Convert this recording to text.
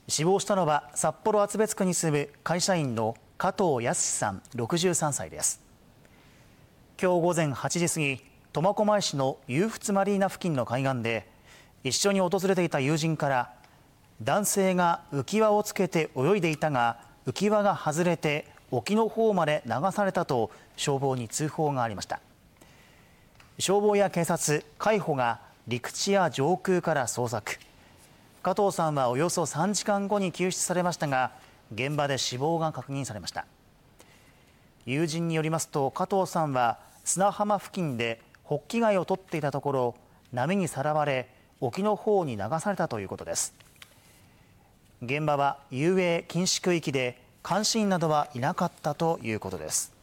死亡したのは札幌厚別区に住む会社員の加藤康さん63歳です。今日午前8時過ぎ、苫小牧市の遊仏マリーナ付近の海岸で一緒に訪れていた友人から男性が浮き輪をつけて泳いでいたが浮き輪が外れて沖の方まで流されたと消防に通報がありました。消防や警察、海保が陸地や上空から捜索。加藤さんはおよそ3時間後に救出されましたが、現場で死亡が確認されました。友人によりますと、加藤さんは砂浜付近でホッキ貝を取っていたところ、波にさらわれ沖の方に流されたということです。現場は遊泳禁止区域で監視員などはいなかったということです。